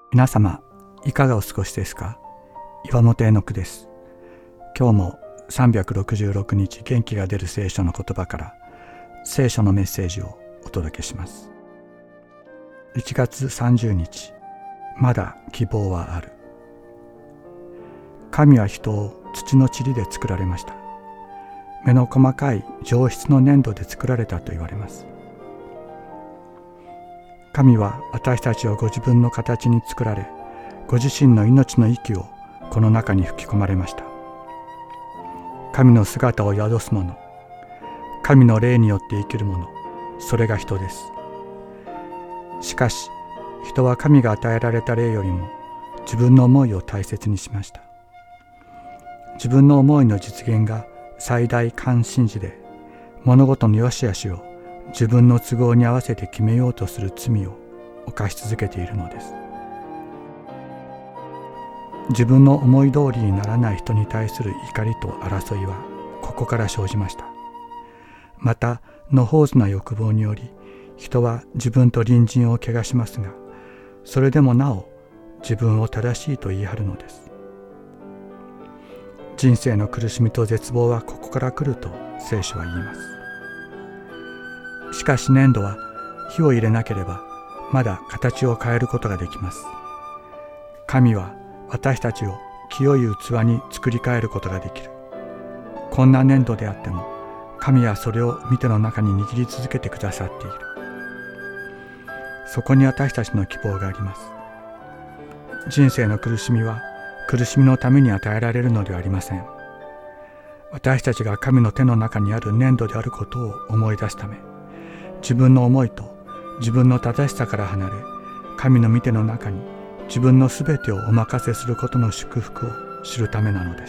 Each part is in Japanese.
皆様いかがお過ごしですか。岩本絵の句です。今日も366日元気が出る聖書の言葉から聖書のメッセージをお届けします。1月30日、まだ希望はある。神は人を土の塵で作られました。目の細かい上質の粘土で作られたと言われます。神は私たちをご自分の形に作られ、ご自身の命の息をこの中に吹き込まれました。神の姿を宿すもの、神の霊によって生きるもの、それが人です。しかし、人は神が与えられた霊よりも自分の思いを大切にしました。自分の思いの実現が最大関心事で、物事の良し悪しを自分の都合に合わせて決めようとする罪を犯し続けているのです。自分の思い通りにならない人に対する怒りと争いはここから生じました。また、野放図な欲望により人は自分と隣人を汚しますが、それでもなお自分を正しいと言い張るのです。人生の苦しみと絶望はここから来ると聖書は言います。しかし粘土は火を入れなければまだ形を変えることができます。神は私たちを清い器に作り変えることができる。こんな粘土であっても神はそれを御手の中に握り続けてくださっている。そこに私たちの希望があります。人生の苦しみは苦しみのために与えられるのではありません。私たちが神の手の中にある粘土であることを思い出すため、自分の思いと自分の正しさから離れ、神の御手の中に自分のすべてをお任せすることの祝福を知るためなのです。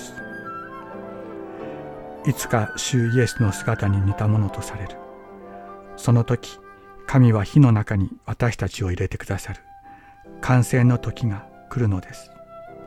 いつか主イエスの姿に似たものとされる。その時、神は火の中に私たちを入れてくださる完成の時が来るのです。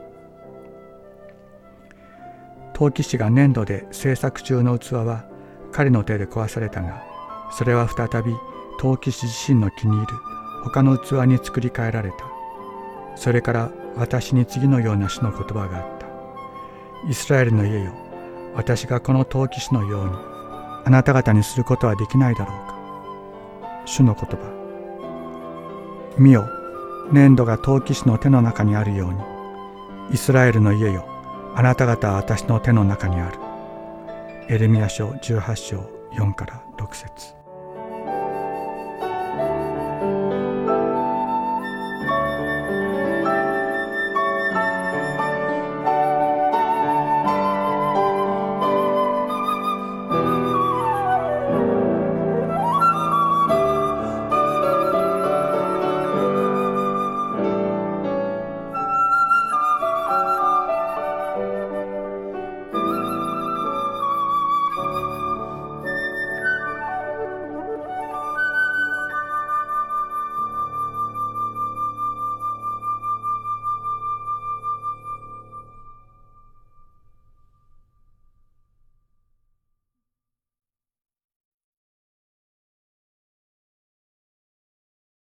陶器師が粘土で制作中の器は彼の手で壊されたが、それは再び陶器師自身の気に入る他の器に作り変えられた。それから私に次のような主の言葉があった。イスラエルの家よ、私がこの陶器師のようにあなた方にすることはできないだろうか。主の言葉。見よ、粘土が陶器師の手の中にあるように、イスラエルの家よ、あなた方は私の手の中にある。エレミヤ書18章4から6節。